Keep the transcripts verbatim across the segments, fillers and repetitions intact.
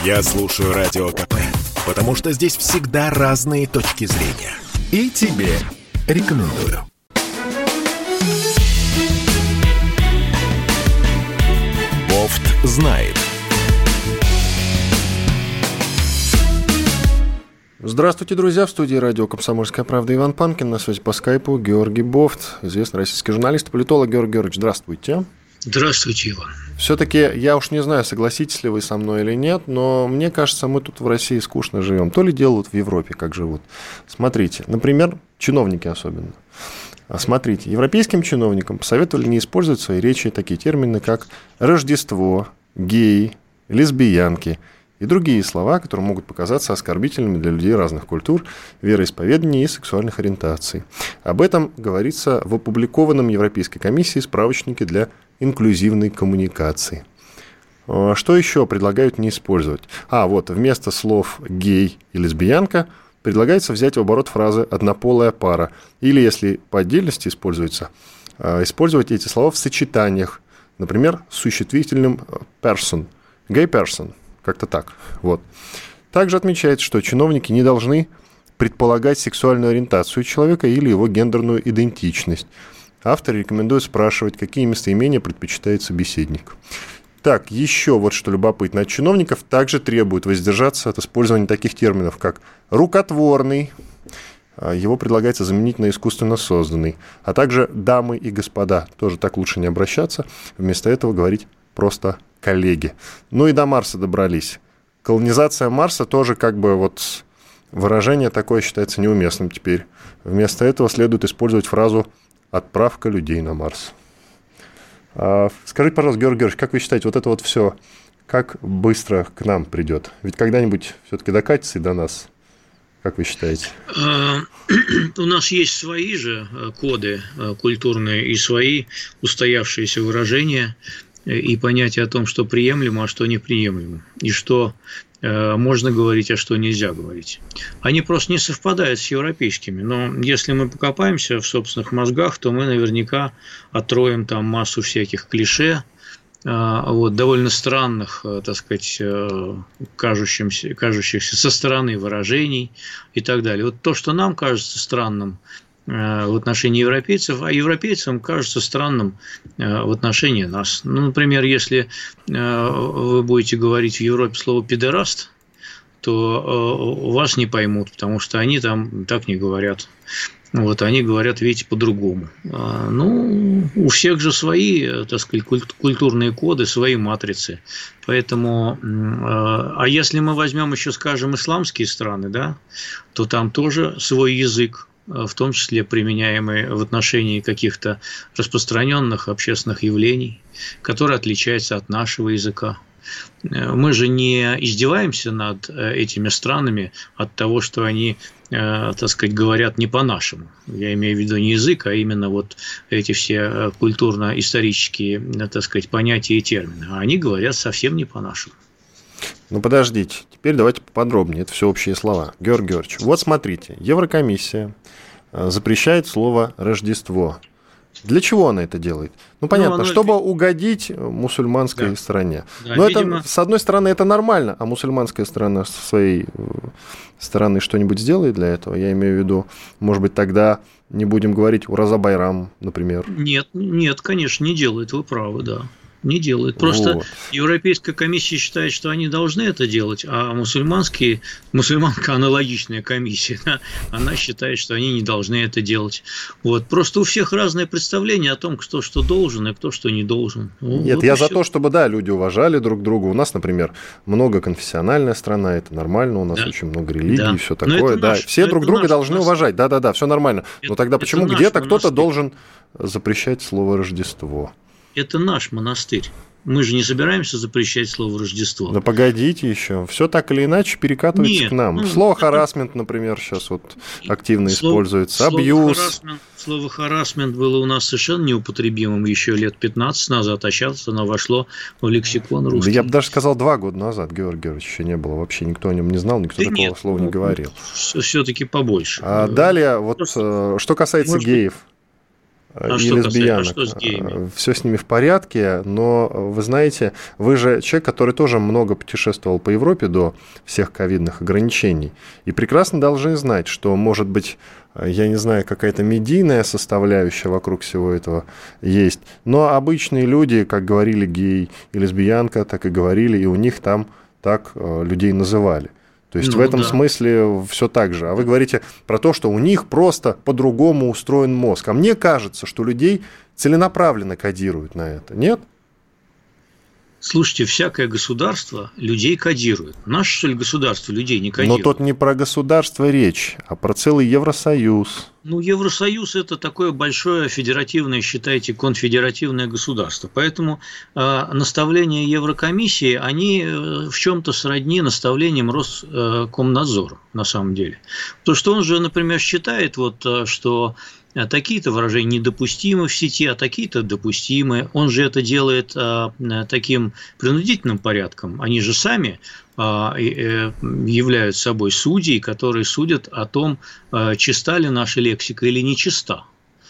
Я слушаю Радио КП, потому что здесь всегда разные точки зрения. И тебе рекомендую. Бофт знает. Здравствуйте, друзья. В студии радио «Комсомольская правда» Иван Панкин. На связи по скайпу Георгий Бофт, известный российский журналист и политолог. Георгий Георгиевич, здравствуйте. Здравствуйте, Иван. Все-таки, я уж не знаю, согласитесь ли вы со мной или нет, но мне кажется, мы тут в России скучно живем. То ли делают в Европе, как живут. Смотрите, например, чиновники особенно. Смотрите, европейским чиновникам посоветовали не использовать в своей речи такие термины, как «Рождество», «геи», «лесбиянки» и другие слова, которые могут показаться оскорбительными для людей разных культур, вероисповеданий и сексуальных ориентаций. Об этом говорится в опубликованном Европейской комиссией справочнике для инклюзивной коммуникации. Что еще предлагают не использовать? А, вот, вместо слов «гей» и «лесбиянка» предлагается взять в оборот фразы «однополая пара». Или, если по отдельности используется, использовать эти слова в сочетаниях. Например, с существительным person, gay person. Как-то так. Вот. Также отмечается, что чиновники не должны предполагать сексуальную ориентацию человека или его гендерную идентичность. Авторы рекомендуют спрашивать, какие местоимения предпочитает собеседник. Так, еще вот что любопытно. От чиновников также требуют воздержаться от использования таких терминов, как «рукотворный», его предлагается заменить на «искусственно созданный», а также «дамы и господа». Тоже так лучше не обращаться. Вместо этого говорить просто «коллеги». Ну и до Марса добрались. Колонизация Марса тоже как бы вот выражение такое считается неуместным теперь. Вместо этого следует использовать фразу «отправка людей на Марс». А, скажите, пожалуйста, Георгий Георгиевич, как вы считаете, вот это вот все как быстро к нам придет? Ведь когда-нибудь все-таки докатится и до нас. Как вы считаете? У нас есть свои же коды культурные и свои устоявшиеся выражения и понятия о том, что приемлемо, а что неприемлемо, и что э, можно говорить, а что нельзя говорить. Они просто не совпадают с европейскими, но если мы покопаемся в собственных мозгах, то мы наверняка отроем там массу всяких клише, э, вот, довольно странных, э, так сказать, э, кажущихся, кажущихся со стороны выражений и так далее. Вот то, что нам кажется странным в отношении европейцев, а европейцам кажется странным в отношении нас. Ну, например, если вы будете говорить в Европе слово «педераст», то вас не поймут, потому что они там так не говорят. Вот, они говорят, видите, по-другому. Ну, у всех же свои, так сказать, культурные коды, свои матрицы. Поэтому, а если мы возьмем еще, скажем, исламские страны, да, то там тоже свой язык, в том числе применяемые в отношении каких-то распространенных общественных явлений, которые отличаются от нашего языка. Мы же не издеваемся над этими странами от того, что они, так сказать, говорят не по-нашему. Я имею в виду не язык, а именно вот эти все культурно-исторические, так сказать, понятия и термины. А они говорят совсем не по-нашему. Ну, подождите, теперь давайте поподробнее, это все общие слова. Георгий Георгиевич, вот смотрите, Еврокомиссия запрещает слово «Рождество». Для чего она это делает? Ну, понятно, ну, чтобы угодить мусульманской да. стороне. Да, Но видимо... это, с одной стороны, это нормально, а мусульманская сторона со своей стороны что-нибудь сделает для этого? Я имею в виду, может быть, тогда не будем говорить «Ураза Байрам», например. Нет, нет, конечно, не делает, вы правы, да. Не делают. Просто вот. Европейская комиссия считает, что они должны это делать, а мусульманские, мусульманка аналогичная комиссия, она считает, что они не должны это делать. Вот. Просто у всех разное представление о том, кто что должен и кто что не должен. Нет, вот я за все. То, чтобы, да, люди уважали друг друга. У нас, например, многоконфессиональная страна, это нормально, у нас да. очень много религий да. и все такое. Да. Наш, все друг друга должны монастырь. Уважать. Да-да-да, все нормально. Это, Но тогда почему где-то монастырь. Кто-то должен запрещать слово «Рождество»? Это наш монастырь. Мы же не собираемся запрещать слово «Рождество». Да погодите еще. Все так или иначе перекатывается Нет, к нам. Ну, слово «харассмент», например, сейчас вот активно слово, используется. Абьюз. Слово, слово «харассмент» было у нас совершенно неупотребимым еще лет пятнадцать назад, а сейчас оно вошло в лексикон русский. Да я бы даже сказал, два года назад, Георгий Георгиевич, еще не было. Вообще никто о нем не знал, никто да такого нет, слова не говорил. Все-таки побольше. А далее, вот Просто, что касается геев. А и что лесбиянок. А что с геями? Все с ними в порядке, но вы знаете, вы же человек, который тоже много путешествовал по Европе до всех ковидных ограничений, и прекрасно должны знать, что, может быть, я не знаю, какая-то медийная составляющая вокруг всего этого есть, но обычные люди, как говорили гей и лесбиянка, так и говорили, и у них там так людей называли. То есть ну, в этом да. смысле все так же. А вы говорите про то, что у них просто по-другому устроен мозг. А мне кажется, что людей целенаправленно кодируют на это. Нет? Слушайте, всякое государство людей кодирует. Наше, что ли, государство людей не кодирует? Но тут не про государство речь, а про целый Евросоюз. Ну, Евросоюз – это такое большое федеративное, считайте, конфедеративное государство. Поэтому э, наставления Еврокомиссии, они э, в чем-то сродни наставлениям Роскомнадзора, на самом деле. Потому что он же, например, считает, вот, что такие-то выражения недопустимы в сети, а такие-то допустимы. Он же это делает а, таким принудительным порядком. Они же сами а, э, являются собой судьи, которые судят о том, а, чиста ли наша лексика или нечиста.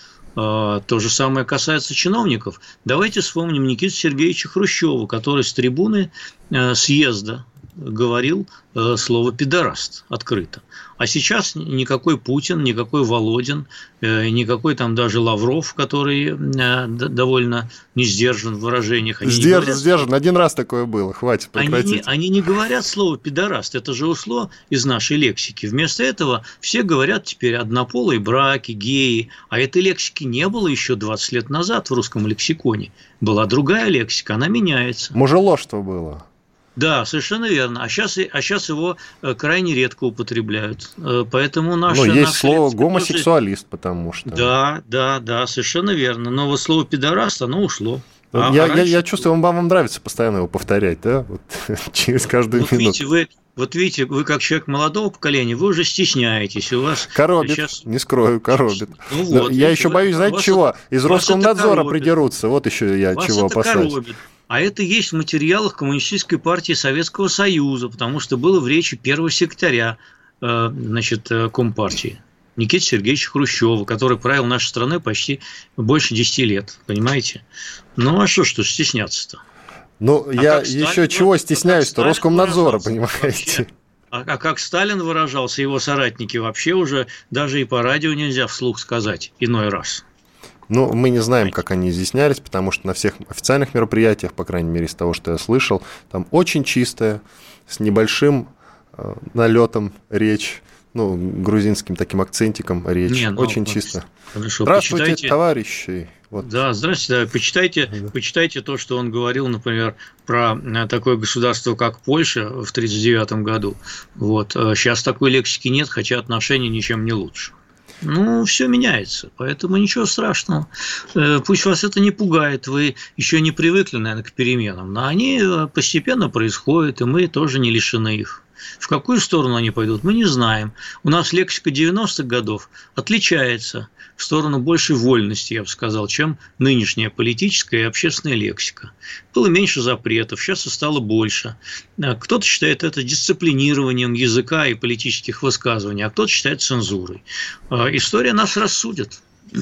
А, то же самое касается чиновников. Давайте вспомним Никиту Сергеевича Хрущева, который с трибуны а, съезда говорил э, слово «пидораст» открыто. А сейчас никакой Путин, никакой Володин, э, никакой там даже Лавров, который э, довольно не сдержан в выражениях. Они Сдерж, говорят, сдержан. Один раз такое было. Хватит, прекратите. Они не, они не говорят слово «пидораст». Это же ушло из нашей лексики. Вместо этого все говорят теперь однополые браки, геи. А этой лексики не было еще двадцать лет назад в русском лексиконе. Была другая лексика, она меняется. Мужеложство было. Да, совершенно верно. А сейчас, а сейчас его крайне редко употребляют. Поэтому наша... Ну, есть слово «гомосексуалист», тоже... потому что... Да, да, да, совершенно верно. Но вот слово «пидораст», оно ушло. А, я, а раньше... я, я чувствую, вам, вам нравится постоянно его повторять, да? Вот, через каждую вот минуту. Видите, вы, вот видите, вы как человек молодого поколения, вы уже стесняетесь. У вас коробит, сейчас... не скрою, коробит. Ну, вот, я видите, еще боюсь, знаете, чего? Это, Из Роскомнадзора придерутся. Вот еще я вас чего это опасаюсь. Коробит. А это есть в материалах Коммунистической партии Советского Союза, потому что было в речи первого секретаря значит, Компартии Никиты Сергеевича Хрущева, который правил нашей страной почти больше десяти лет, понимаете? Ну, а что, что стесняться-то? Ну, а я еще Сталин, чего стесняюсь-то? Роскомнадзора, понимаете? Вообще. А, а как Сталин выражался, его соратники, вообще уже даже и по радио нельзя вслух сказать иной раз. Ну, мы не знаем, как они изъяснялись, потому что на всех официальных мероприятиях, по крайней мере, из того, что я слышал, там очень чистая, с небольшим э, налетом речь, ну, грузинским таким акцентиком речь, не, ну, очень вот, чисто. Хорошо, здравствуйте, почитайте... товарищи. Вот. Да, здравствуйте, да, почитайте, да. почитайте то, что он говорил, например, про такое государство, как Польша в тысяча девятьсот тридцать девятом году. Вот. Сейчас такой лексики нет, хотя отношения ничем не лучше. Ну, все меняется, поэтому ничего страшного. Пусть вас это не пугает, вы еще не привыкли, наверное, к переменам, но они постепенно происходят, и мы тоже не лишены их. В какую сторону они пойдут, мы не знаем. У нас лексика девяностых годов отличается в сторону большей вольности, я бы сказал, чем нынешняя политическая и общественная лексика. Было меньше запретов, сейчас их стало больше. Кто-то считает это дисциплинированием языка и политических высказываний, а кто-то считает цензурой. История нас рассудит.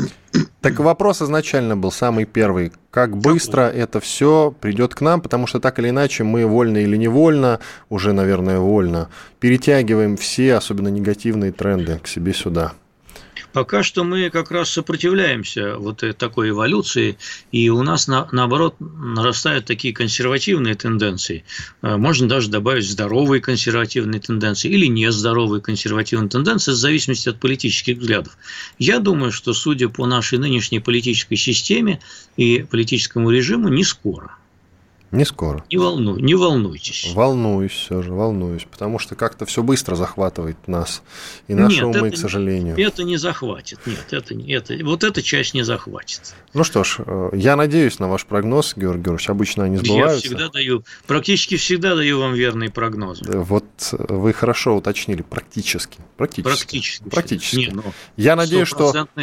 Так вопрос изначально был самый первый. Как быстро Какой? это все придет к нам, потому что так или иначе мы вольно или невольно, уже, наверное, вольно, перетягиваем все, особенно негативные тренды к себе сюда. Пока что мы как раз сопротивляемся вот такой эволюции, и у нас, на, наоборот, нарастают такие консервативные тенденции. Можно даже добавить здоровые консервативные тенденции или нездоровые консервативные тенденции в зависимости от политических взглядов. Я думаю, что, судя по нашей нынешней политической системе и политическому режиму, не скоро. Не скоро. Не, волну, не волнуйтесь. Волнуюсь все же, волнуюсь, потому что как-то все быстро захватывает нас и наши нет, умы, это, к сожалению. Это не захватит, нет, это, это, вот эта часть не захватит. Ну что ж, я надеюсь на ваш прогноз, Георгий Георгиевич, обычно они сбываются. Я всегда даю, практически всегда даю вам верные прогнозы. Вот вы хорошо уточнили, практически. Практически. Практически. Практически. Не, ну, я надеюсь, что...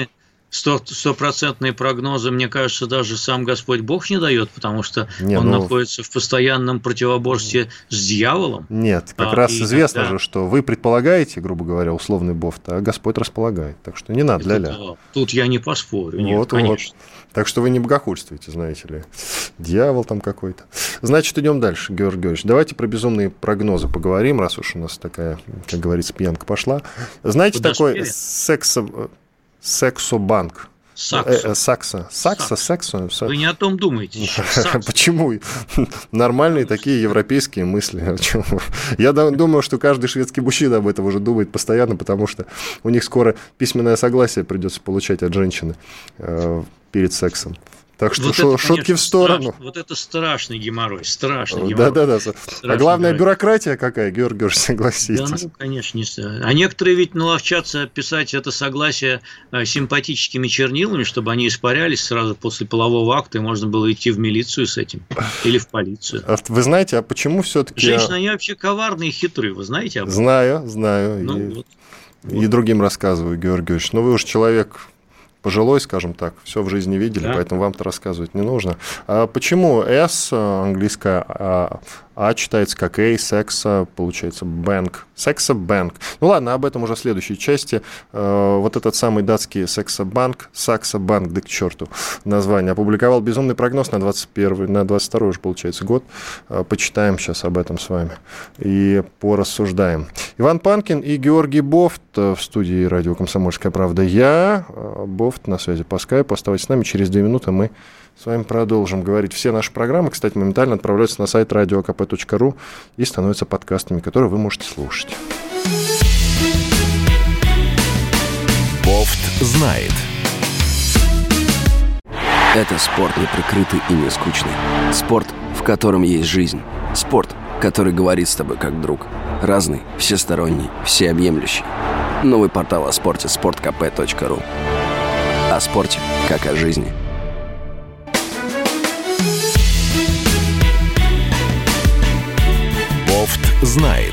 Стопроцентные прогнозы, мне кажется, даже сам Господь Бог не дает, потому что не, Он ну... находится в постоянном противоборстве с дьяволом. Нет, как а, раз известно тогда... же, что вы предполагаете, грубо говоря, условный бофт, а Господь располагает. Так что не надо, ля-ля. Тут я не поспорю. Нет, вот, конечно. Вот. Так что вы не богохульствуете, знаете ли. Дьявол там какой-то. Значит, идем дальше, Георгий Георгиевич. Давайте про безумные прогнозы поговорим, раз уж у нас такая, как говорится, пьянка пошла. Знаете, Куда такой секс... Сексобанк. Саксо. Э, э, Саксо. Саксо, Саксо. Вы не о том думаете сейчас. Почему? Нормальные такие европейские мысли. Я думаю, что каждый шведский мужчина об этом уже думает постоянно, потому что у них скоро письменное согласие придется получать от женщины перед сексом. Так что вот шо, это, шутки конечно, в сторону. Страшно. Вот это страшный геморрой, страшный геморрой. Да-да-да. А главное, геморрой. Бюрократия какая, Георгий Георгиевич, согласитесь. Да, ну, конечно, не стоит. А некоторые ведь наловчатся писать это согласие симпатическими чернилами, чтобы они испарялись сразу после полового акта, и можно было идти в милицию с этим или в полицию. Вы знаете, а почему все-таки... Женщины, они вообще коварные и хитрые, вы знаете об этом? Знаю, знаю. Ну, и, вот. и вот. другим рассказываю, Георгий Георгиевич. Но вы уж человек... пожилой, скажем так, все в жизни видели, да. Поэтому вам-то рассказывать не нужно. А почему S, английская, а, а читается как A, секса, получается, bank, секса-банк. Ну ладно, об этом уже в следующей части. А, вот этот самый датский секса-банк, сакса-банк, да к черту название, опубликовал безумный прогноз на двадцать первый, на двадцать второй уже, получается, год. А, почитаем сейчас об этом с вами и порассуждаем. Иван Панкин и Георгий Бофт в студии радио «Комсомольская правда». Я, Бофт, на связи по скайпу. Оставайтесь с нами. Через две минуты мы с вами продолжим говорить. Все наши программы, кстати, моментально отправляются на сайт радио ка пэ точка ру и становятся подкастами, которые вы можете слушать. Бофт знает. Это спорт неприкрытый и не скучный. Спорт, в котором есть жизнь. Спорт, который говорит с тобой как друг. Разный, всесторонний, всеобъемлющий. Новый портал о спорте – спорт ка пэ точка ру. О спорте, как о жизни. Бофт знает.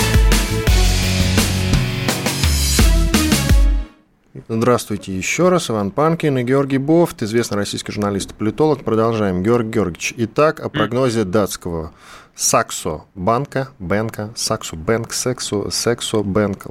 Здравствуйте еще раз. Иван Панкин и Георгий Бофт, известный российский журналист и политолог. Продолжаем. Георгий Георгиевич, итак, о прогнозе датского Саксо-банка, Бенка, Саксо-бэнк, Сексо, Сексо-бэнк.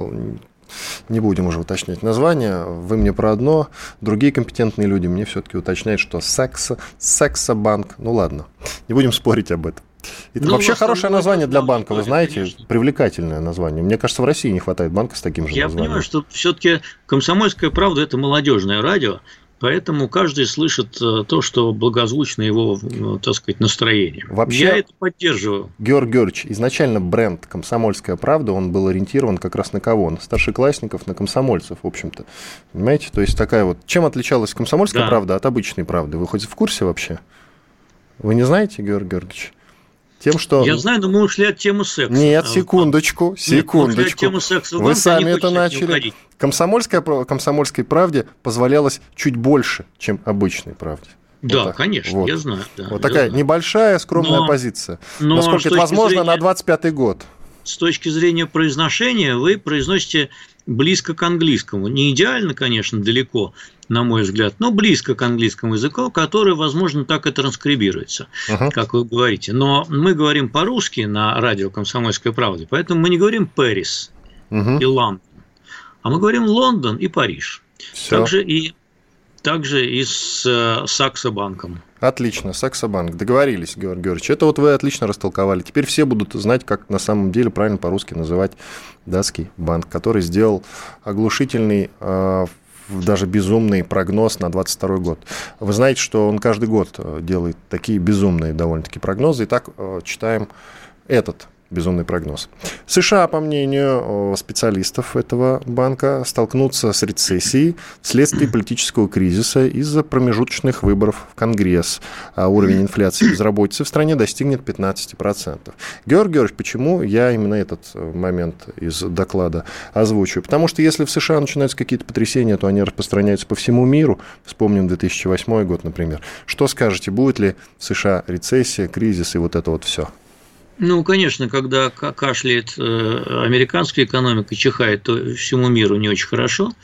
Не будем уже уточнять название. Вы мне про одно, другие компетентные люди мне все-таки уточняют, что секса, Сексо-банк. Ну ладно, не будем спорить об этом. Это ну, вообще хорошее название для банка, вы знаете, конечно. Привлекательное название. Мне кажется, в России не хватает банка с таким же Я названием. Я понимаю, что все-таки «Комсомольская правда» – это молодежное радио, поэтому каждый слышит то, что благозвучно его, так сказать, настроением. Вообще, я это поддерживаю. Георгий Георгиевич, изначально бренд «Комсомольская правда», он был ориентирован как раз на кого? На старшеклассников, на комсомольцев, в общем-то. Понимаете? То есть такая вот... Чем отличалась «Комсомольская да. правда» от обычной правды? Вы хоть в курсе вообще? Вы не знаете, Георгий Георгиевич? Тем, что... Я знаю, но мы ушли от темы секса. Нет, секундочку, секундочку. Нет, секса. Вы сами это начали. Комсомольская, комсомольской правде позволялось чуть больше, чем обычной правде. Да, вот конечно, вот. я знаю. Да, вот такая знаю. Небольшая, скромная но, позиция. Но насколько это возможно зрения, на двадцать пятый год. С точки зрения произношения вы произносите близко к английскому. Не идеально, конечно, далеко, на мой взгляд, но близко к английскому языку, который, возможно, так и транскрибируется, uh-huh. как вы говорите. Но мы говорим по-русски на радио «Комсомольская правда», поэтому мы не говорим «Пэрис» uh-huh. и «Лондон», а мы говорим «Лондон» и «Париж». Всё. Также и, также и с э, Саксо-банком. Отлично, Саксо-банк. Договорились, Георгий Георгиевич. Это вот вы отлично растолковали. Теперь все будут знать, как на самом деле правильно по-русски называть датский банк, который сделал оглушительный, э, даже безумный прогноз на двадцать второй год. Вы знаете, что он каждый год делает такие безумные довольно-таки прогнозы. Итак, э, читаем этот безумный прогноз. США, по мнению специалистов этого банка, столкнутся с рецессией вследствие политического кризиса из-за промежуточных выборов в Конгресс. А уровень инфляции и безработицы в стране достигнет пятнадцать процентов. Георгий Георгиевич, почему я именно этот момент из доклада озвучиваю? Потому что если в США начинаются какие-то потрясения, то они распространяются по всему миру. Вспомним две тысячи восьмой год, например. Что скажете, будет ли в США рецессия, кризис и вот это вот все? Ну, конечно, когда кашляет американская экономика, чихает, то всему миру не очень хорошо.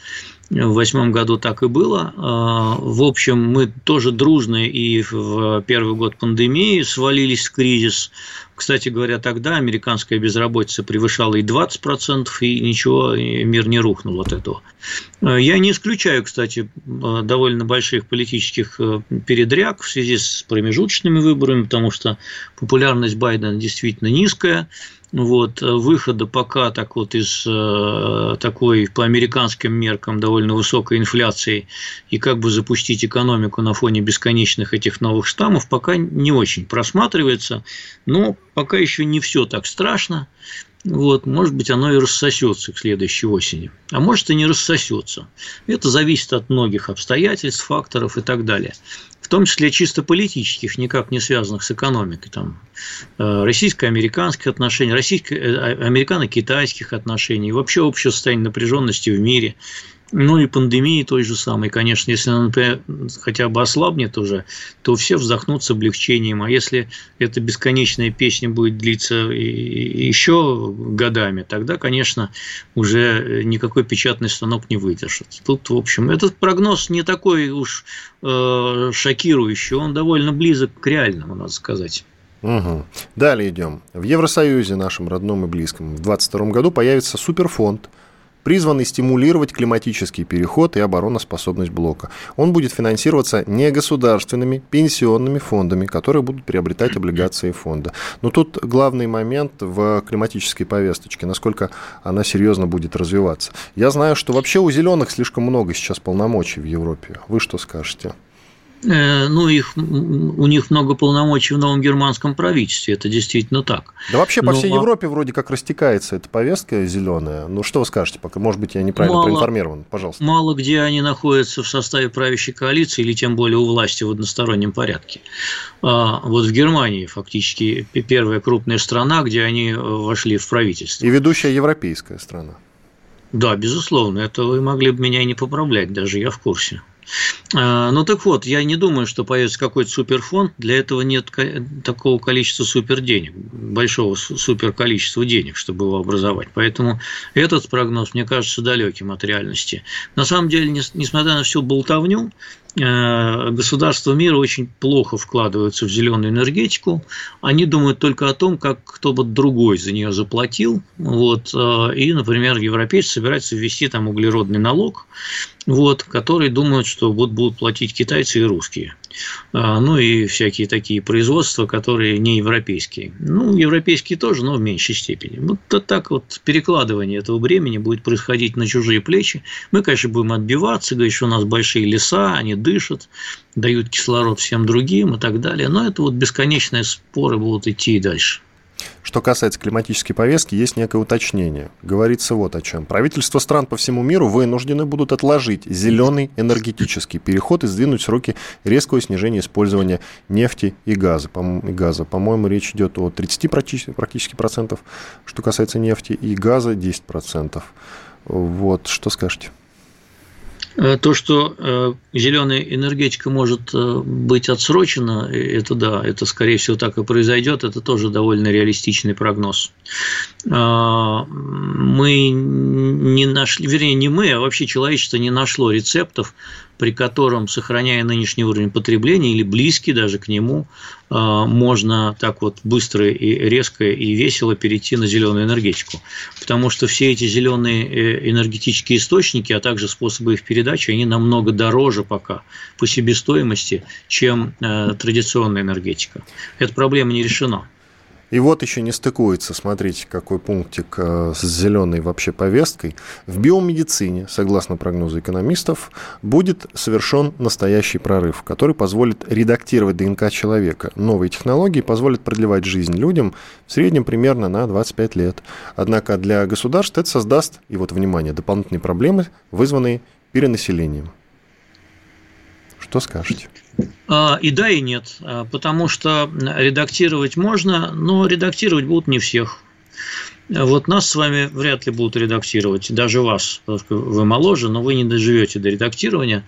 В восьмом году так и было. В общем, мы тоже дружно и в первый год пандемии свалились в кризис. Кстати говоря, тогда американская безработица превышала и двадцать процентов, и ничего, и мир не рухнул от этого. Я не исключаю, кстати, довольно больших политических передряг в связи с промежуточными выборами, потому что популярность Байдена действительно низкая. Вот, выхода пока так вот из э, такой по американским меркам довольно высокой инфляции и как бы запустить экономику на фоне бесконечных этих новых штаммов пока не очень просматривается, но пока еще не все так страшно. Вот, может быть, оно и рассосется к следующей осени, а может и не рассосется. Это зависит от многих обстоятельств, факторов и так далее. В том числе чисто политических, никак не связанных с экономикой, там, российско-американских отношений, российско-американо-китайских отношений, вообще общее состояние напряженности в мире, ну и пандемии той же самой, конечно, если она, например, хотя бы ослабнет уже, то все вздохнут с облегчением, а если эта бесконечная песня будет длиться еще годами, тогда, конечно, уже никакой печатный станок не выдержит. Тут, в общем, этот прогноз не такой уж э, шокирующий, он довольно близок к реальному, надо сказать. Угу. Далее идем. В Евросоюзе, нашем родном и близком, в двадцать втором году появится суперфонд, призванный стимулировать климатический переход и обороноспособность блока. Он будет финансироваться негосударственными пенсионными фондами, которые будут приобретать облигации фонда. Но тут главный момент в климатической повесточке, насколько она серьезно будет развиваться. Я знаю, что вообще у зеленых слишком много сейчас полномочий в Европе. Вы что скажете? Ну, их, у них много полномочий в новом германском правительстве, это действительно так. Да вообще по Но, всей Европе вроде как растекается эта повестка зеленая. Ну, что вы скажете, пока, может быть, я неправильно мало, проинформирован, пожалуйста. Мало где они находятся в составе правящей коалиции или тем более у власти в одностороннем порядке. Вот в Германии фактически первая крупная страна, где они вошли в правительство. И ведущая европейская страна. Да, безусловно, это вы могли бы меня и не поправлять, даже я в курсе. Ну так вот, я не думаю, что появится какой-то суперфонд, для этого нет такого количества суперденег, большого суперколичества денег, чтобы его образовать. Поэтому этот прогноз, мне кажется, далеким от реальности. На самом деле, несмотря на всю болтовню, государства мира очень плохо вкладываются в зеленую энергетику. Они думают только о том, как кто-то другой за нее заплатил. Вот. И, например, европейцы собираются ввести там углеродный налог, вот, который думают, что будут, будут платить китайцы и русские. Ну и всякие такие производства, которые не европейские. Ну, европейские тоже, но в меньшей степени. Вот так вот перекладывание этого бремени будет происходить на чужие плечи. Мы, конечно, будем отбиваться, говорить, что у нас большие леса, они дышат, дают кислород всем другим и так далее. Но это вот бесконечные споры будут идти и дальше. Что касается климатической повестки, есть некое уточнение. Говорится вот о чем. Правительства стран по всему миру вынуждены будут отложить зеленый энергетический переход и сдвинуть сроки резкого снижения использования нефти и газа. И газа. По-моему, речь идет о тридцати практически процентов, что касается нефти, и газа десять процентов. Вот, что скажете? То, что зеленая энергетика может быть отсрочена, это да, это скорее всего так и произойдет, это тоже довольно реалистичный прогноз. Мы не нашли, вернее, не мы, а вообще человечество не нашло рецептов, при котором, сохраняя нынешний уровень потребления или близкий даже к нему, можно так вот быстро и резко и весело перейти на зеленую энергетику. Потому что все эти зеленые энергетические источники, а также способы их передачи, они намного дороже пока по себестоимости, чем традиционная энергетика. Эта проблема не решена. И вот еще не стыкуется, смотрите, какой пунктик с зеленой вообще повесткой. В биомедицине, согласно прогнозу экономистов, будет совершен настоящий прорыв, который позволит редактировать ДНК человека. Новые технологии позволят продлевать жизнь людям в среднем примерно на двадцать пять лет. Однако для государств это создаст, и вот, внимание, дополнительные проблемы, вызванные перенаселением. Что скажете? И да, и нет, потому что редактировать можно, но редактировать будут не всех. Вот нас с вами вряд ли будут редактировать, даже вас, потому что вы моложе, но вы не доживете до редактирования.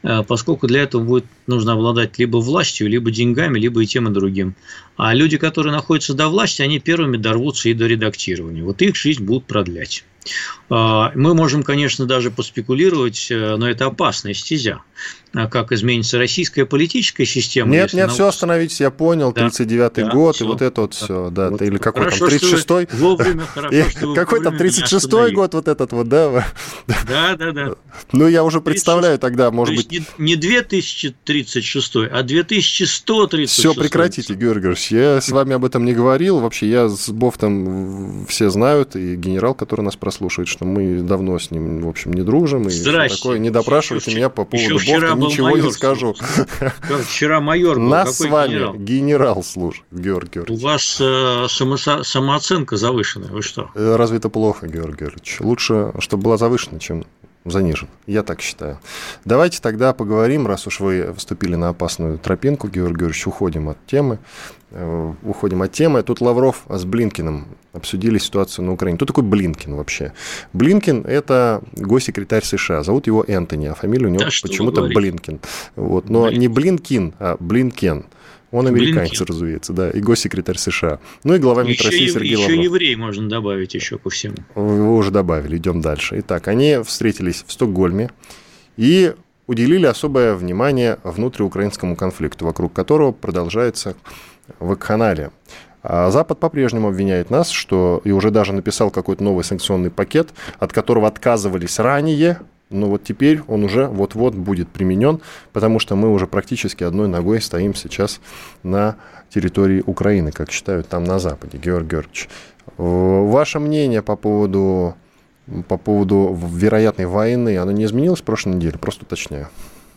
поскольку для этого будет нужно обладать либо властью, либо деньгами, либо и тем, и другим. А люди, которые находятся до власти, они первыми дорвутся и до редактирования. Вот их жизнь будут продлять. Мы можем, конечно, даже поспекулировать, но это опасная стезя. Как изменится российская политическая система. Нет, нет, на... все, остановитесь, я понял, тридцать девятый да, год, да, и вот это вот все, да, вот или какой хорошо, там, тридцать шестой? Вовремя, хорошо, что вы какой там, тридцать шестой год вот этот вот, да? Да, да, да. Ну, я уже представляю тогда, может быть... Не две тысячи тридцать шестой, а две тысячи сто тридцать шестой. Все, прекратите, Георгий Георгиевич, я с вами об этом не говорил, вообще я с Бофтом все знают, и генерал, который нас прослушает, что мы давно с ним, в общем, не дружим, и все такое, не допрашивайте меня по поводу Бофта, ничего не скажу. Вчера майор был. Нас с вами генерал, генерал служит, Георгий Георгиевич. У вас э, само, самооценка завышенная, вы что? Разве это плохо, Георгий Георгиевич? Лучше, чтобы была завышена, чем занижена. Я так считаю. Давайте тогда поговорим, раз уж вы вступили на опасную тропинку, Георгий Георгиевич, уходим от темы. Уходим от темы. Тут Лавров с Блинкиным обсудили ситуацию на Украине. Кто такой Блинкин вообще? Блинкин – это госсекретарь США. Зовут его Энтони, а фамилия у него да, почему-то Блинкин. Вот. Но Блинкин. Не Блинкин, а Блинкен. Он американец, Блинкин. Разумеется, да, и госсекретарь США. Ну и глава МИД России Сергей Лавров. Еще еврей можно добавить еще ко всему. Вы уже добавили, идем дальше. Итак, они встретились в Стокгольме и уделили особое внимание внутриукраинскому конфликту, вокруг которого продолжается вакханалия. А Запад по-прежнему обвиняет нас, что и уже даже написал какой-то новый санкционный пакет, от которого отказывались ранее, но вот теперь он уже вот-вот будет применен, потому что мы уже практически одной ногой стоим сейчас на территории Украины, как считают там на Западе. Георгий Георгиевич, ваше мнение по поводу, по поводу вероятной войны, оно не изменилось в прошлой неделе? Просто уточняю.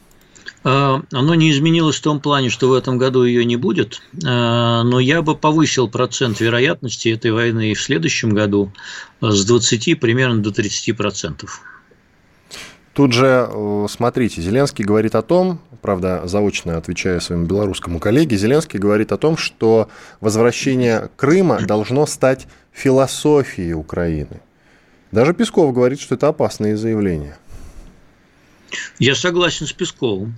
Оно не изменилось в том плане, что в этом году ее не будет, но я бы повысил процент вероятности этой войны и в следующем году с двадцати примерно до тридцати процентов. Тут же, смотрите, Зеленский говорит о том, правда, заочно отвечая своему белорусскому коллеге, Зеленский говорит о том, что возвращение Крыма должно стать философией Украины. Даже Песков говорит, что это опасные заявления. Я согласен с Песковым.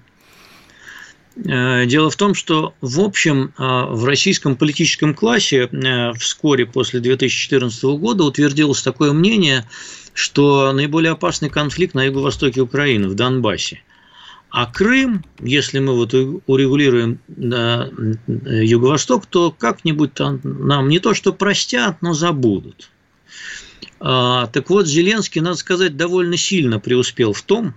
Дело в том, что, в общем, в российском политическом классе вскоре после две тысячи четырнадцатого года утвердилось такое мнение, что наиболее опасный конфликт на юго-востоке Украины, в Донбассе. А Крым, если мы вот урегулируем юго-восток, то как-нибудь там нам не то что простят, но забудут. Так вот, Зеленский, надо сказать, довольно сильно преуспел в том,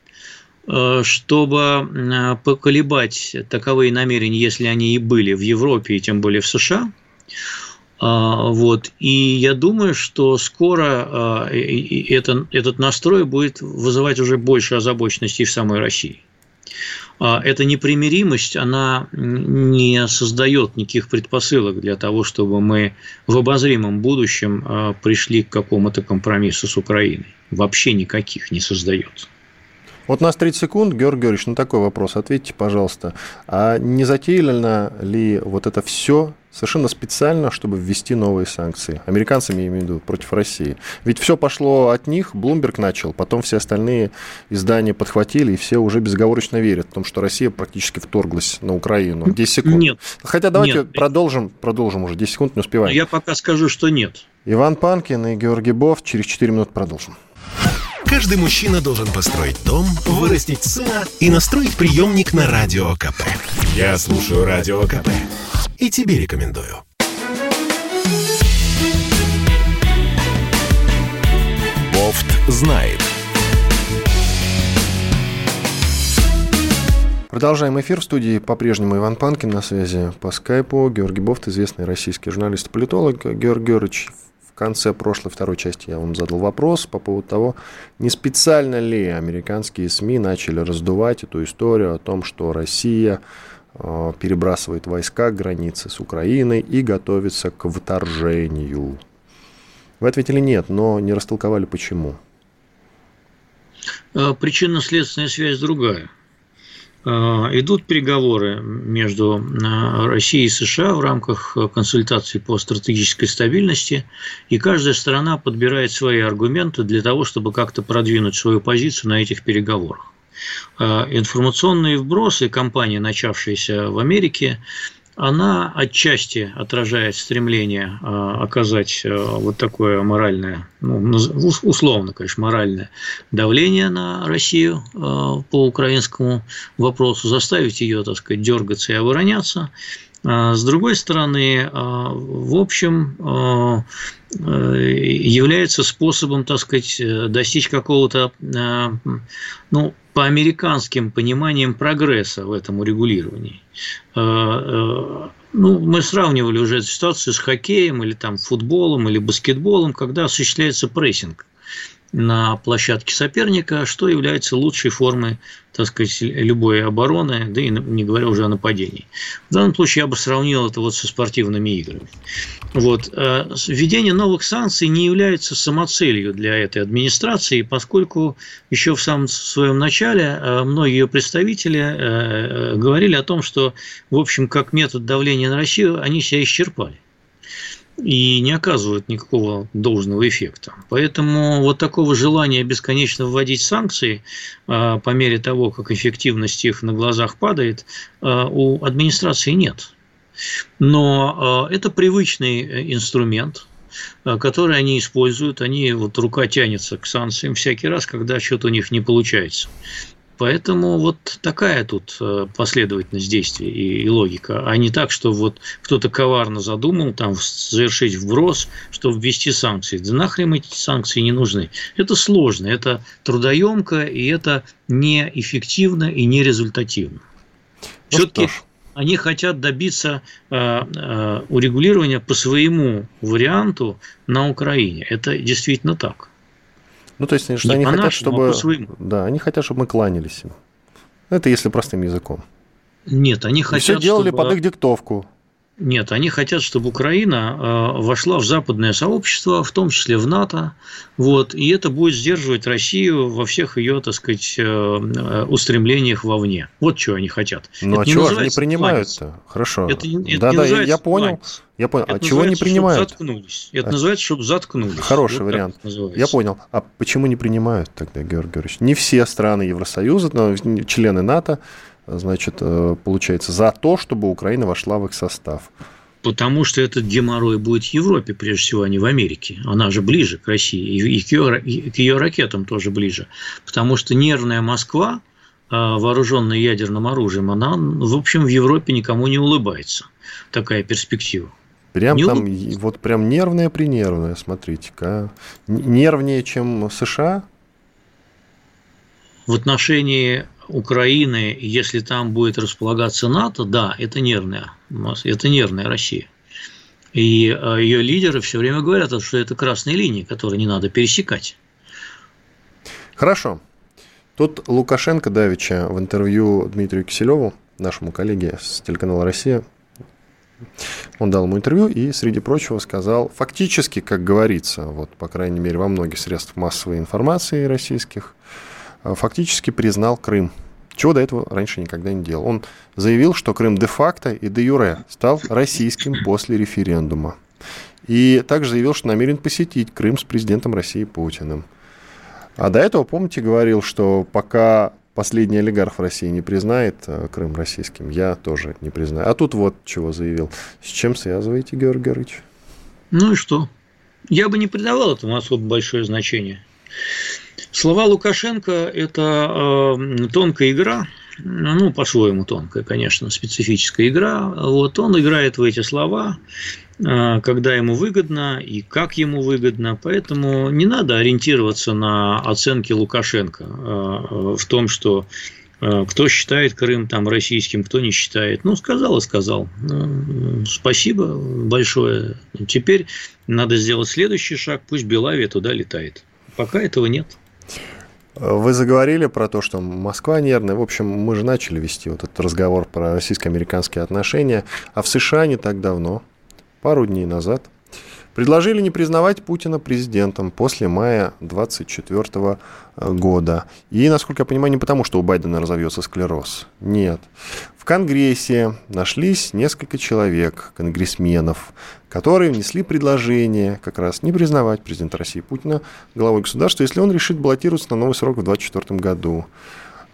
чтобы поколебать таковые намерения, если они и были в Европе, и тем более в США. Вот. И я думаю, что скоро это, этот настрой будет вызывать уже больше озабоченности в самой России. Эта непримиримость, она не создает никаких предпосылок для того, чтобы мы в обозримом будущем пришли к какому-то компромиссу с Украиной. Вообще никаких не создает. Вот у нас тридцать секунд, Георгий Георгиевич, на такой вопрос ответьте, пожалуйста. А не затеяно ли вот это все совершенно специально, чтобы ввести новые санкции? Американцами, я имею в виду, против России. Ведь все пошло от них, Bloomberg начал, потом все остальные издания подхватили, и все уже безоговорочно верят в том, что Россия практически вторглась на Украину. десять секунд. Нет. Хотя давайте нет. продолжим, продолжим уже, десять секунд не успеваем. Я пока скажу, что нет. Иван Панкин и Георгий Бофт, через четыре минуты продолжим. Каждый мужчина должен построить дом, вырастить сына и настроить приемник на Радио КП. Я слушаю Радио КП и тебе рекомендую. Бофт знает. Продолжаем эфир. В студии по-прежнему Иван Панкин, на связи по скайпу. Георгий Бофт, известный российский журналист и политолог. Георгий Георгиевич, в конце прошлой, второй части я вам задал вопрос по поводу того, не специально ли американские СМИ начали раздувать эту историю о том, что Россия э, перебрасывает войска к границе с Украиной и готовится к вторжению. Вы ответили нет, но не растолковали почему. Причинно-следственная связь другая. Идут переговоры между Россией и США в рамках консультаций по стратегической стабильности, и каждая сторона подбирает свои аргументы для того, чтобы как-то продвинуть свою позицию на этих переговорах. Информационные вбросы, кампания, начавшаяся в Америке, она отчасти отражает стремление оказать вот такое моральное, ну, условно, конечно, моральное давление на Россию по украинскому вопросу, заставить ее, так сказать, дергаться и обороняться. С другой стороны, в общем, является способом, так сказать, достичь какого-то, ну, по американским пониманиям прогресса в этом урегулировании. Ну, мы сравнивали уже эту ситуацию с хоккеем или там футболом или баскетболом, когда осуществляется прессинг на площадке соперника, что является лучшей формой, так сказать, любой обороны, да и не говоря уже о нападении. В данном случае я бы сравнил это вот со спортивными играми. Вот. Введение новых санкций не является самоцелью для этой администрации, поскольку еще в самом своем начале многие ее представители говорили о том, что, в общем, как метод давления на Россию, они себя исчерпали и не оказывают никакого должного эффекта. Поэтому вот такого желания бесконечно вводить санкции по мере того, как эффективность их на глазах падает, у администрации нет. Но это привычный инструмент, который они используют. Они, вот рука тянется к санкциям всякий раз, когда что-то у них не получается. Поэтому вот такая тут последовательность действий и, и логика, а не так, что вот кто-то коварно задумал там совершить вброс, чтобы ввести санкции. Да нахрен эти санкции не нужны. Это сложно, это трудоемко, и это неэффективно и нерезультативно. Ну, все-таки они хотят добиться э, э, урегулирования по своему варианту на Украине. Это действительно так. Ну, то есть, что они хотят, чтобы... Да, они хотят, чтобы мы кланялись им. Это если простым языком. Нет, они хотят, все делали чтобы... под их диктовку. Нет, они хотят, чтобы Украина вошла в западное сообщество, в том числе в НАТО, вот, и это будет сдерживать Россию во всех ее, так сказать, устремлениях вовне. Вот чего они хотят. Ну, а чего же не принимают-то? Хорошо. Это, это да, да, я понял. Я понял. Это а чего не принимают? Чтобы заткнулись. Это а... называется, чтобы заткнулись. Хороший вот вариант. Я понял. А почему не принимают тогда, Георгий Георгиевич? Не все страны Евросоюза, но члены НАТО, значит, получается, за то, чтобы Украина вошла в их состав. Потому что этот геморрой будет в Европе, прежде всего, а не в Америке. Она же ближе к России, и к ее, и к ее ракетам тоже ближе. Потому что нервная Москва, вооруженная ядерным оружием, она, в общем, в Европе никому не улыбается. Такая перспектива. Прям не там, улыбается. Вот прям нервная-принервная, смотрите-ка. Нервнее, чем США? В отношении Украины, если там будет располагаться НАТО, да, это нервная, это нервная Россия. И ее лидеры все время говорят, что это красные линии, которые не надо пересекать. Хорошо. Тут Лукашенко давеча в интервью Дмитрию Киселеву, нашему коллеге с телеканала «Россия», он дал ему интервью и, среди прочего, сказал, фактически, как говорится, вот, по крайней мере, во многих средствах массовой информации российских, фактически признал Крым, чего до этого раньше никогда не делал. Он заявил, что Крым де-факто и де-юре стал российским после референдума. И также заявил, что намерен посетить Крым с президентом России Путиным. А до этого, помните, говорил, что пока последний олигарх в России не признает Крым российским, я тоже не признаю. А тут вот чего заявил. С чем связываете, Георгий Георгиевич? Ну и что? Я бы не придавал этому особо большое значение. Слова Лукашенко – это э, тонкая игра, ну, по-своему тонкая, конечно, специфическая игра. Вот он играет в эти слова, э, когда ему выгодно и как ему выгодно. Поэтому не надо ориентироваться на оценки Лукашенко э, в том, что э, кто считает Крым там российским, кто не считает. Ну, сказал и сказал. Ну, спасибо большое. Теперь надо сделать следующий шаг, пусть Белавия туда летает. Пока этого нет. Вы заговорили про то, что Москва нервная. В общем, мы же начали вести вот этот разговор про российско-американские отношения. А в США не так давно, пару дней назад, предложили не признавать Путина президентом после мая двадцать четвёртого года. И, насколько я понимаю, не потому, что у Байдена разовьется склероз. Нет. В Конгрессе нашлись несколько человек, конгрессменов, которые внесли предложение как раз не признавать президента России Путина главой государства, если он решит баллотироваться на новый срок в двадцать четвёртом году.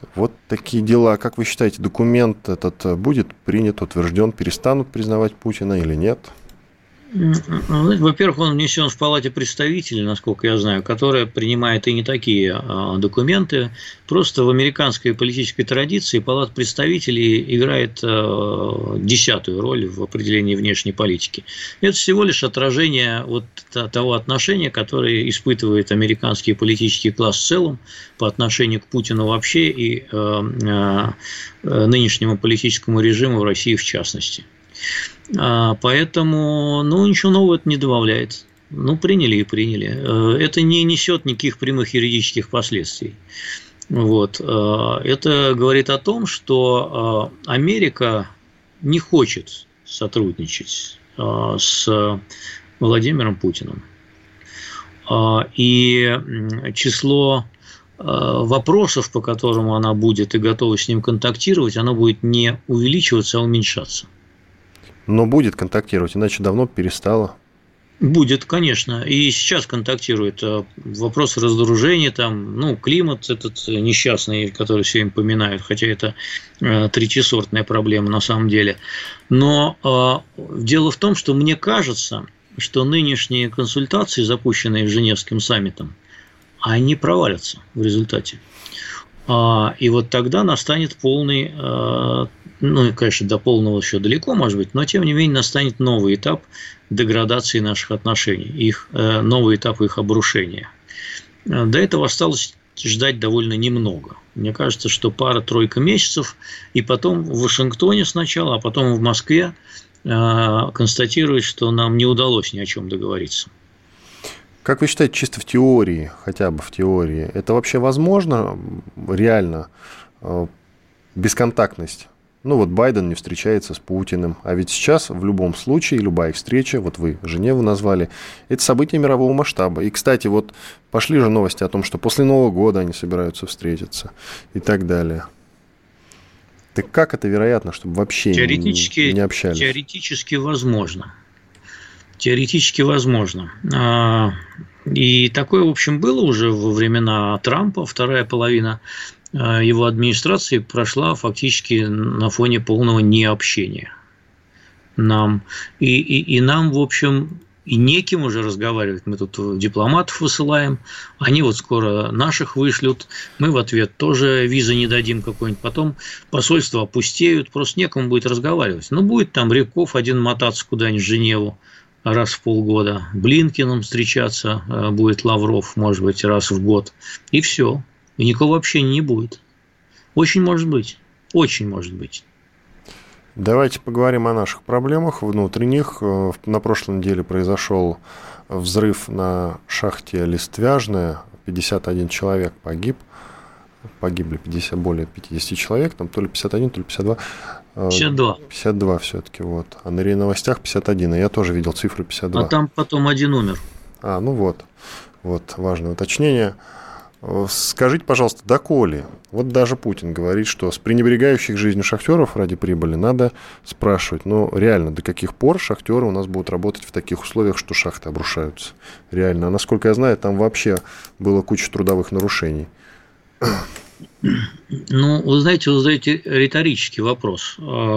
Вот такие дела. Как вы считаете, документ этот будет принят, утвержден, перестанут признавать Путина или нет? Во-первых, он внесен в Палате представителей, насколько я знаю, которая принимает и не такие документы. Просто в американской политической традиции Палата представителей играет десятую роль в определении внешней политики. Это всего лишь отражение вот того отношения, которое испытывает американский политический класс в целом по отношению к Путину вообще и нынешнему политическому режиму в России в частности. Поэтому, ну, ничего нового это не добавляет. Ну, приняли и приняли. Это не несет никаких прямых юридических последствий. Вот. Это говорит о том, что Америка не хочет сотрудничать с Владимиром Путиным. И число вопросов, по которым она будет и готова с ним контактировать, оно будет не увеличиваться, а уменьшаться. Но будет контактировать, иначе давно перестала. Будет, конечно. И сейчас контактирует. Вопрос разоружения, там, ну, климат этот несчастный, который все им поминают, хотя это третьесортная проблема на самом деле. Но э, дело в том, что мне кажется, что нынешние консультации, запущенные Женевским саммитом, они провалятся в результате. И вот тогда настанет полный, ну, конечно, до полного еще далеко, может быть, но, тем не менее, настанет новый этап деградации наших отношений, их, новый этап их обрушения. До этого осталось ждать довольно немного. Мне кажется, что пара-тройка месяцев, и потом в Вашингтоне сначала, а потом в Москве констатируют, что нам не удалось ни о чем договориться. Как вы считаете, чисто в теории, хотя бы в теории, это вообще возможно, реально, бесконтактность? Ну, вот Байден не встречается с Путиным, а ведь сейчас в любом случае любая их встреча, вот вы Женеву назвали, это событие мирового масштаба. И, кстати, вот пошли же новости о том, что после Нового года они собираются встретиться и так далее. Так как это вероятно, чтобы вообще теоретически, не общались? Теоретически возможно. Теоретически возможно. И такое, в общем, было уже во времена Трампа. Вторая половина его администрации прошла фактически на фоне полного необщения нам. И, и, и нам, в общем, и неким уже разговаривать. Мы тут дипломатов высылаем, они вот скоро наших вышлют, мы в ответ тоже визы не дадим какой-нибудь, потом посольства опустеют, просто некому будет разговаривать. Ну, будет там Рябков один мотаться куда-нибудь в Женеву раз в полгода, Блинкеном встречаться будет Лавров, может быть, раз в год, и все. И никакого общения не будет. Очень может быть. Очень может быть. Давайте поговорим о наших проблемах внутренних. На прошлой неделе произошел взрыв на шахте Листвяжная. пятьдесят один человек погиб. Погибли пятьдесят, более пятьдесят человек. Там то ли пятьдесят один, то ли пятьдесят два. пятьдесят два. пятьдесят два все-таки. Вот. А на РИА Новостях пятьдесят один. И я тоже видел цифру пятьдесят два. А там потом один умер. А, ну вот. Вот важное уточнение. Скажите, пожалуйста, доколе? Вот даже Путин говорит, что с пренебрегающих жизнью шахтеров ради прибыли надо спрашивать. Но реально, до каких пор шахтеры у нас будут работать в таких условиях, что шахты обрушаются? Реально. А насколько я знаю, там вообще было куча трудовых нарушений. Ну, вы знаете, вы задаете риторический вопрос.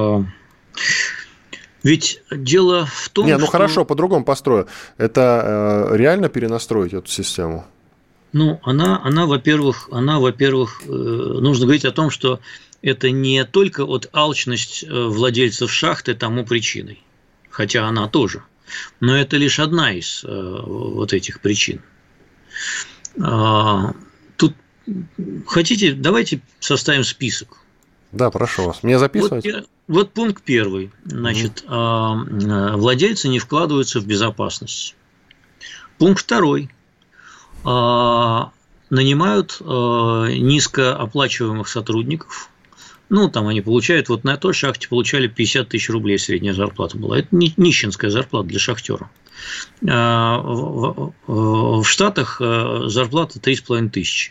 Ведь дело в том, Не, ну что... хорошо, по-другому построю. Это э, реально перенастроить эту систему? Ну, она, она, во-первых, она, во-первых, нужно говорить о том, что это не только вот алчность владельцев шахты тому причиной, хотя она тоже, но это лишь одна из вот этих причин. Тут хотите, давайте составим список. Да, прошу вас. Мне записывать? Вот, вот пункт первый. Значит, угу. Владельцы не вкладываются в безопасность. Пункт второй. Нанимают низкооплачиваемых сотрудников. Ну, там они получают, вот на той шахте получали пятьдесят тысяч рублей средняя зарплата была. Это нищенская зарплата для шахтера. В Штатах зарплата три с половиной тысячи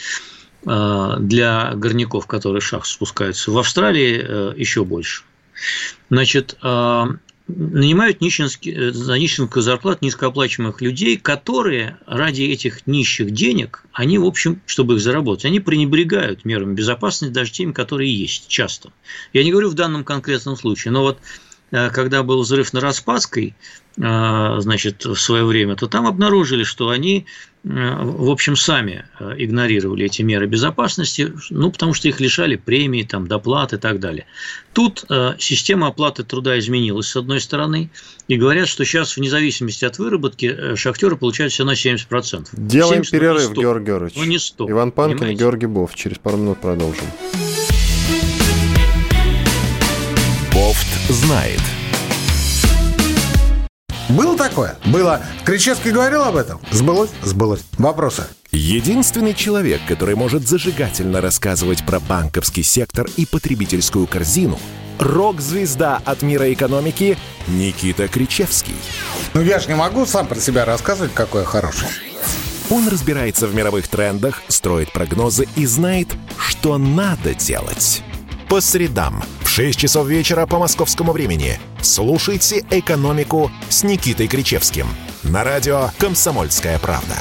для горняков, которые в шахту спускаются. В Австралии еще больше. Значит, нанимают нищенские, за нищенскую зарплату низкооплачиваемых людей, которые ради этих нищих денег, они, в общем, чтобы их заработать, они пренебрегают мерами безопасности даже теми, которые есть часто. Я не говорю в данном конкретном случае, но вот когда был взрыв на Распасской, значит, в свое время, то там обнаружили, что они, в общем, сами игнорировали эти меры безопасности, ну, потому что их лишали премии, там, доплат и так далее. Тут система оплаты труда изменилась, с одной стороны, и говорят, что сейчас, вне зависимости от выработки, шахтеры получают все на семьдесят процентов. Делаем семьдесят, перерыв, Георгий Георгиевич. Ну, не сто. Иван Панкин и Георгий Бофт. Через пару минут продолжим. Бофт знает. Было такое? Было. Кричевский говорил об этом? Сбылось? Сбылось. Вопросы? Единственный человек, который может зажигательно рассказывать про банковский сектор и потребительскую корзину – рок-звезда от мира экономики Никита Кричевский. Ну, я же не могу сам про себя рассказывать, какой я хороший. Он разбирается в мировых трендах, строит прогнозы и знает, что надо делать. По средам в шесть часов вечера по московскому времени слушайте «Экономику» с Никитой Кричевским на радио «Комсомольская правда».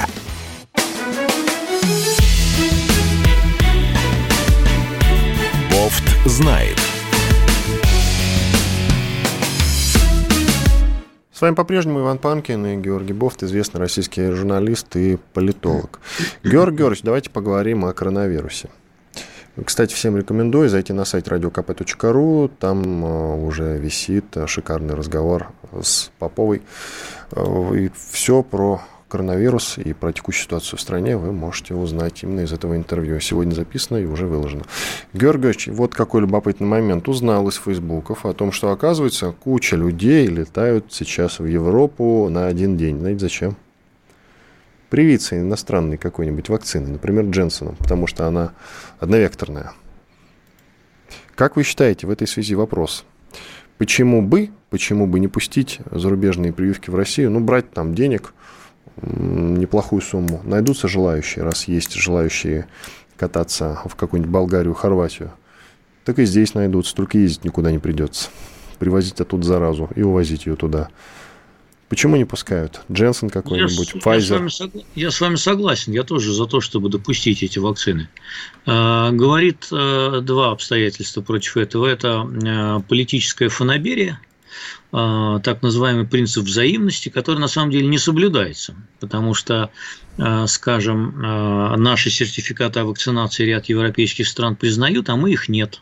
Бофт знает. С вами по-прежнему Иван Панкин и Георгий Бофт, известный российский журналист и политолог. Георгий Георгиевич, давайте поговорим о коронавирусе. Кстати, всем рекомендую зайти на сайт радио ка пэ точка ру, там уже висит шикарный разговор с Поповой. И все про коронавирус и про текущую ситуацию в стране вы можете узнать именно из этого интервью. Сегодня записано и уже выложено. Георгий Георгиевич, вот какой любопытный момент. Узнал из фейсбуков о том, что, оказывается, куча людей летают сейчас в Европу на один день. Знаете, зачем? Привиться иностранной какой-нибудь вакциной, например, Дженсоном, потому что она одновекторная. Как вы считаете, в этой связи вопрос, почему бы, почему бы не пустить зарубежные прививки в Россию, ну, брать там денег, неплохую сумму, найдутся желающие, раз есть желающие кататься в какую-нибудь Болгарию, Хорватию, так и здесь найдутся, только ездить никуда не придется, привозить оттуда заразу и увозить ее туда. Почему не пускают? Дженсен какой-нибудь, я, Pfizer? Я с, вами, я с вами согласен. Я тоже за то, чтобы допустить эти вакцины. Э, говорит э, два обстоятельства против этого. Это э, политическая фанаберия, э, так называемый принцип взаимности, который на самом деле не соблюдается. Потому что, э, скажем, э, наши сертификаты о вакцинации ряд европейских стран признают, а мы их нет.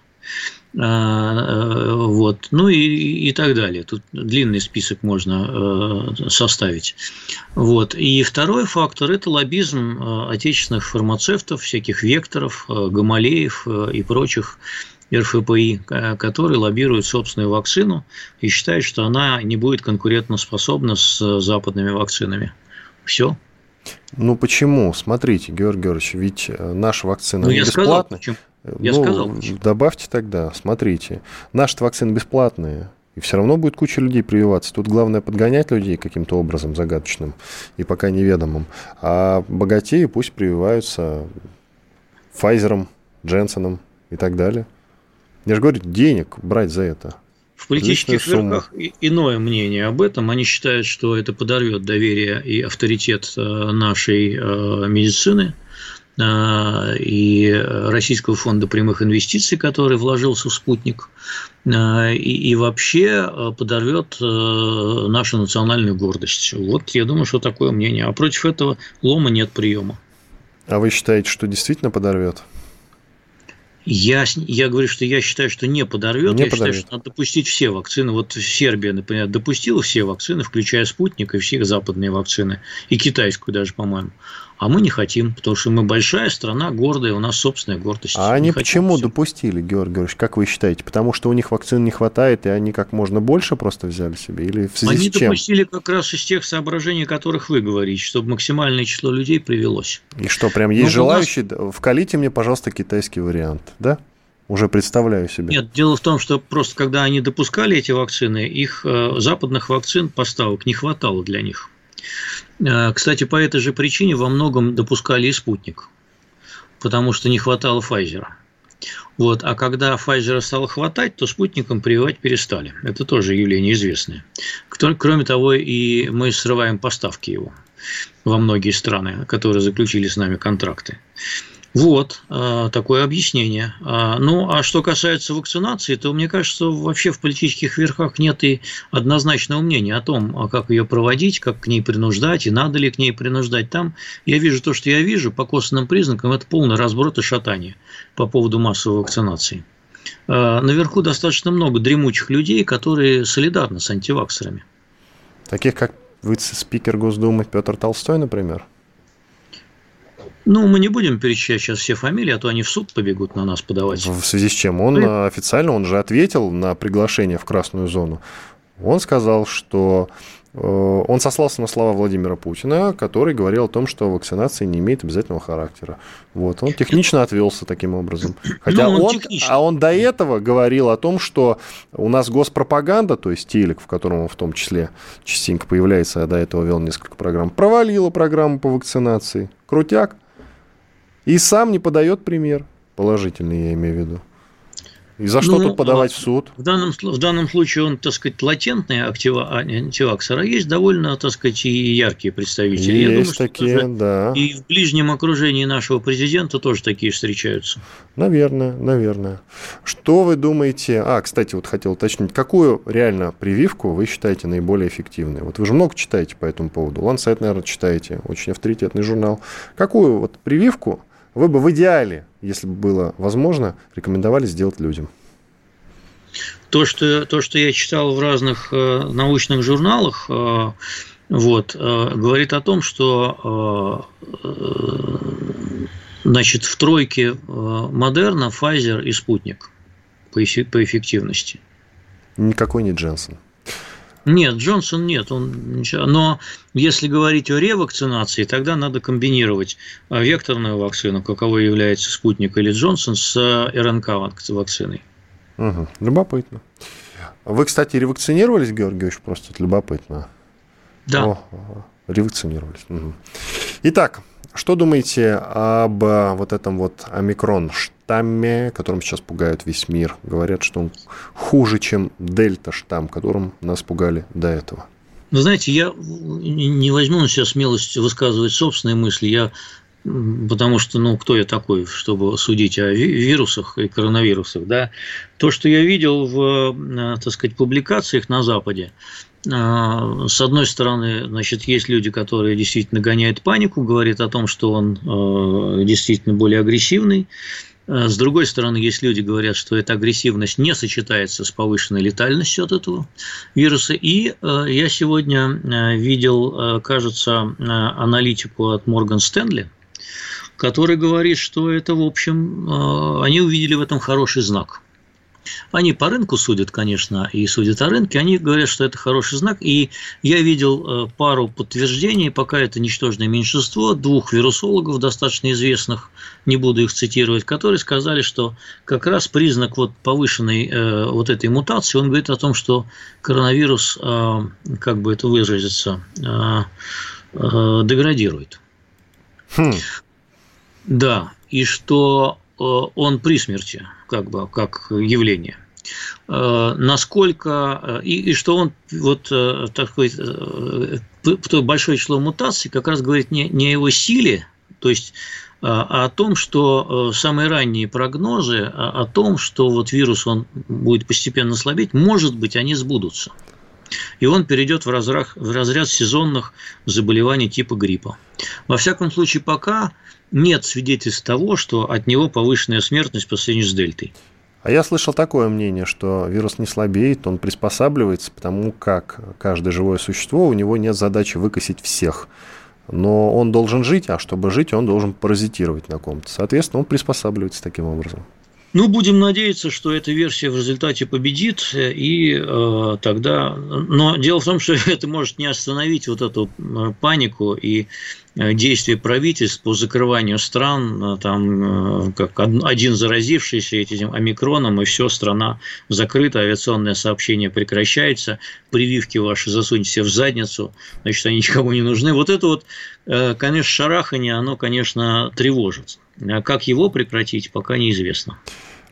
Вот. Ну и, и так далее. Тут длинный список можно составить. Вот. И второй фактор – это лоббизм отечественных фармацевтов, всяких Векторов, Гамалеев и прочих эр эф пэ и, которые лоббируют собственную вакцину и считают, что она не будет конкурентоспособна с западными вакцинами. Все. Ну почему? Смотрите, Георгий Георгиевич, ведь наша вакцина ну, не бесплатная. Я ну, сказал. Добавьте тогда, смотрите, наши вакцины бесплатные, и все равно будет куча людей прививаться. Тут главное подгонять людей каким-то образом загадочным и пока неведомым. А богатеи пусть прививаются Pfizer'ом, Дженсоном и так далее. Я же говорю, денег брать за это. В политических кругах иное мнение об этом. Они считают, что это подорвет доверие и авторитет нашей медицины и Российского фонда прямых инвестиций, который вложился в «Спутник», и, и вообще подорвет нашу национальную гордость. Вот я думаю, что такое мнение. А против этого лома нет приема. А вы считаете, что действительно подорвет? Я, я говорю, что я считаю, что не подорвет. Не я подорвет. считаю, что надо допустить все вакцины. Вот Сербия, например, допустила все вакцины, включая «Спутник» и все западные вакцины, и китайскую даже, по-моему. А мы не хотим, потому что мы большая страна, гордая, у нас собственная гордость. А они не почему допустили, Георгий Георгиевич, как вы считаете? Потому что у них вакцин не хватает, и они как можно больше просто взяли себе? Или в связи они с чем? Допустили как раз из тех соображений, о которых вы говорите, чтобы максимальное число людей привелось. И что, прям есть ну, желающие? нас... Вкалите мне, пожалуйста, китайский вариант, да? Уже представляю себе. Нет, дело в том, что просто когда они допускали эти вакцины, их западных вакцин поставок не хватало для них. Кстати, по этой же причине во многом допускали и «Спутник», потому что не хватало Pfizer. Вот. А когда Pfizer стало хватать, то спутником прививать перестали. Это тоже явление известное. Кроме того, и мы срываем поставки его во многие страны, которые заключили с нами контракты. Вот такое объяснение. Ну, а что касается вакцинации, то мне кажется, что вообще в политических верхах нет и однозначного мнения о том, как ее проводить, как к ней принуждать, и надо ли к ней принуждать. Там я вижу то, что я вижу, по косвенным признакам, это полный разброд и шатание по поводу массовой вакцинации. Наверху достаточно много дремучих людей, которые солидарны с антиваксерами. Таких, как вице-спикер Госдумы Петр Толстой, например? Ну, мы не будем перечислять сейчас все фамилии, а то они в суд побегут на нас подавать. В связи с чем? Он ну, официально, он же ответил на приглашение в красную зону. Он сказал, что э, он сослался на слова Владимира Путина, который говорил о том, что вакцинация не имеет обязательного характера. Вот. Он технично отвелся таким образом. Хотя ну, он, он а он до этого говорил о том, что у нас госпропаганда, то есть телек, в котором он в том числе частенько появляется, а до этого вел несколько программ, провалила программу по вакцинации. Крутяк. И сам не подает пример. Положительный, я имею в виду. И за что ну, тут подавать в суд? В данном, в данном случае он, так сказать, латентный антиваксер, а есть довольно, так сказать, и яркие представители. Есть я думаю, такие, что да. И в ближнем окружении нашего президента тоже такие встречаются. Наверное, наверное. Что вы думаете? А, кстати, вот хотел уточнить, какую реально прививку вы считаете наиболее эффективной? Вот вы же много читаете по этому поводу. Lancet, наверное, читаете, очень авторитетный журнал. Какую вот прививку вы бы в идеале, если бы было возможно, рекомендовали сделать людям? То, что, то, что я читал в разных э, научных журналах, э, вот, э, говорит о том, что э, значит, в тройке э, Модерна, Pfizer и Спутник по, по эффективности. Никакой не Джонсон. Нет, Джонсон нет, он ничего. Но если говорить о ревакцинации, тогда надо комбинировать векторную вакцину, каковой является Спутник или Джонсон, с эр эн ка вакциной. Угу. Любопытно. Вы, кстати, ревакцинировались, Георгий Георгиевич, просто любопытно. Да. О, ревакцинировались. Угу. Итак, что думаете об вот этом вот омикрон штамме, которым сейчас пугают весь мир? Говорят, что он хуже, чем дельта-штамм, которым нас пугали до этого. Вы знаете, я не возьму на себя смелость высказывать собственные мысли, я, потому что, ну, кто я такой, чтобы судить о вирусах и коронавирусах, да? То, что я видел в, так сказать, публикациях на Западе, с одной стороны, значит, есть люди, которые действительно гоняют панику, говорят о том, что он действительно более агрессивный. С другой стороны, есть люди, говорят, что эта агрессивность не сочетается с повышенной летальностью от этого вируса. И я сегодня видел, кажется, аналитику от Морган Стэнли, который говорит, что это, в общем, они увидели в этом хороший знак. Они по рынку судят, конечно, и судят о рынке, они говорят, что это хороший знак, и я видел пару подтверждений, пока это ничтожное меньшинство, двух вирусологов, достаточно известных, не буду их цитировать, которые сказали, что как раз признак вот повышенной э, вот этой мутации, он говорит о том, что коронавирус, э, как бы это выразиться, э, э, деградирует. Хм. Да, и что он при смерти, как бы, как явление. Насколько, и, и что он вот такой, той большое число мутаций как раз говорит не, не о его силе, то есть, а о том, что самые ранние прогнозы о том, что вот вирус он будет постепенно слабеть, может быть, они сбудутся. И он перейдет в разряд, в разряд сезонных заболеваний типа гриппа. Во всяком случае, пока нет свидетельств того, что от него повышенная смертность по сравнению с дельтой. А я слышал такое мнение, что вирус не слабеет, он приспосабливается, потому как каждое живое существо, у него нет задачи выкосить всех. Но он должен жить, а чтобы жить, он должен паразитировать на ком-то. Соответственно, он приспосабливается таким образом. Ну, будем надеяться, что эта версия в результате победит, и э, тогда... Но дело в том, что это может не остановить вот эту панику и действия правительств по закрыванию стран, там, как один заразившийся этим омикроном, и все, страна закрыта, авиационное сообщение прекращается, прививки ваши засуньте себе в задницу, значит, они никому не нужны. Вот это вот, конечно, шарахание, оно, конечно, тревожит. Как его прекратить, пока неизвестно.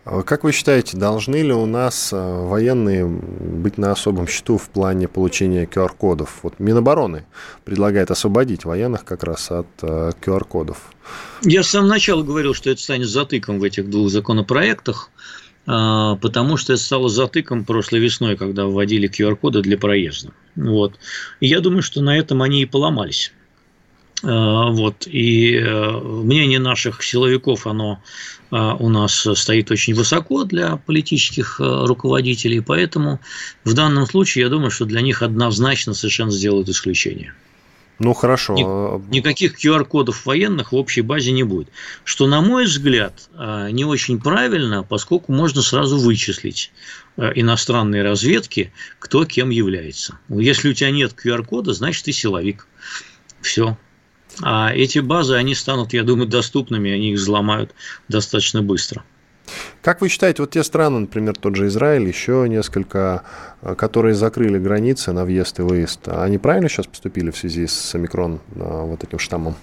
Как вы считаете, должны ли у нас военные быть на особом счету в плане получения ку ар-кодов? Вот Минобороны предлагает освободить военных как раз от ку ар-кодов. Я с самого начала говорил, что это станет затыком в этих двух законопроектах, потому что это стало затыком прошлой весной, когда вводили ку ар-коды для проезда. Вот. И я думаю, что на этом они и поломались. Вот. И мнение наших силовиков, оно у нас стоит очень высоко для политических руководителей, поэтому в данном случае я думаю, что для них однозначно совершенно сделают исключение. Ну, хорошо. Никаких ку ар-кодов военных в общей базе не будет. Что, на мой взгляд, не очень правильно, поскольку можно сразу вычислить иностранные разведки, кто кем является. Если у тебя нет ку ар-кода, значит, ты силовик. Все. А эти базы, они станут, я думаю, доступными, они их взломают достаточно быстро. Как вы считаете, вот те страны, например, тот же Израиль, еще несколько, которые закрыли границы на въезд и выезд, они правильно сейчас поступили в связи с омикрон, вот этим штаммом?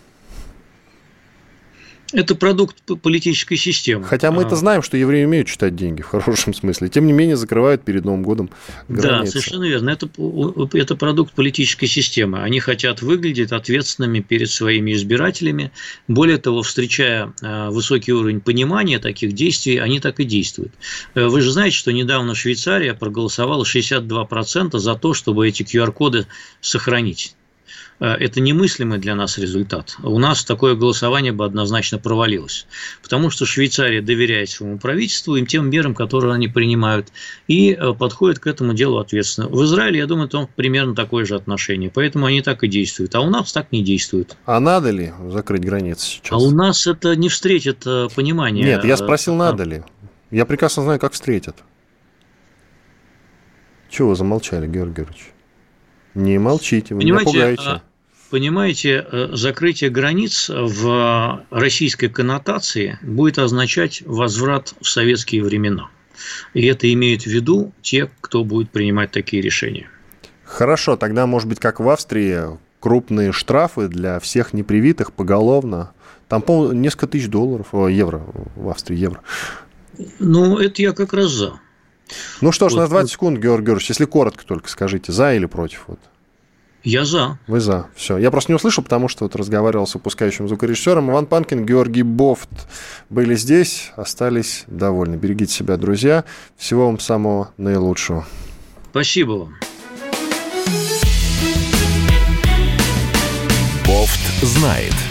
Это продукт политической системы. Хотя мы-то знаем, что евреи умеют читать деньги, в хорошем смысле. Тем не менее, закрывают перед Новым годом границы. Да, совершенно верно. Это, это продукт политической системы. Они хотят выглядеть ответственными перед своими избирателями. Более того, встречая высокий уровень понимания таких действий, они так и действуют. Вы же знаете, что недавно Швейцария проголосовала шестьдесят два процента за то, чтобы эти ку ар-коды сохранить. Это немыслимый для нас результат. У нас такое голосование бы однозначно провалилось. Потому что Швейцария доверяет своему правительству и тем мерам, которые они принимают, и подходит к этому делу ответственно. В Израиле, я думаю, там примерно такое же отношение. Поэтому они так и действуют. А у нас так не действуют. А надо ли закрыть границы сейчас? А у нас это не встретит понимания. Нет, я спросил, надо ли. Я прекрасно знаю, как встретят. Чего вы замолчали, Георгий Георгиевич? Не молчите, вы Понимаете, меня пугаете. Понимаете, закрытие границ в российской коннотации будет означать возврат в советские времена. И это имеют в виду те, кто будет принимать такие решения. Хорошо, тогда, может быть, как в Австрии, крупные штрафы для всех непривитых поголовно. Там, по-моему, несколько тысяч долларов, о, евро, в Австрии евро. Ну, это я как раз за. Ну что ж, вот, у нас двадцать вот. секунд, Георгий Георгиевич, если коротко только скажите, за или против? Вот. Я за. Вы за. Все. Я просто не услышал, потому что вот разговаривал с выпускающим звукорежиссером. Иван Панкин, Георгий Бофт были здесь, остались довольны. Берегите себя, друзья. Всего вам самого наилучшего. Спасибо вам. Бофт знает.